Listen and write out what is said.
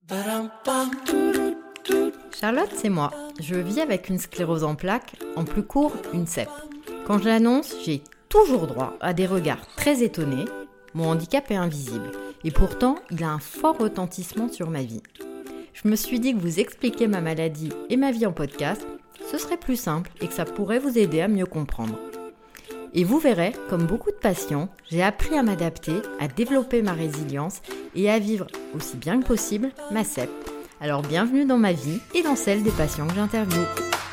Charlotte, c'est moi. Je vis avec une sclérose en plaques, en plus court, une CEP. Quand je l'annonce, j'ai toujours droit à des regards très étonnés. Mon handicap est invisible et pourtant, il a un fort retentissement sur ma vie. Je me suis dit que vous expliquer ma maladie et ma vie en podcast, ce serait plus simple et que ça pourrait vous aider à mieux comprendre. Et vous verrez, comme beaucoup de patients, j'ai appris à m'adapter, à développer ma résilience et à vivre aussi bien que possible ma CEP. Alors bienvenue dans ma vie et dans celle des patients que j'interviewe.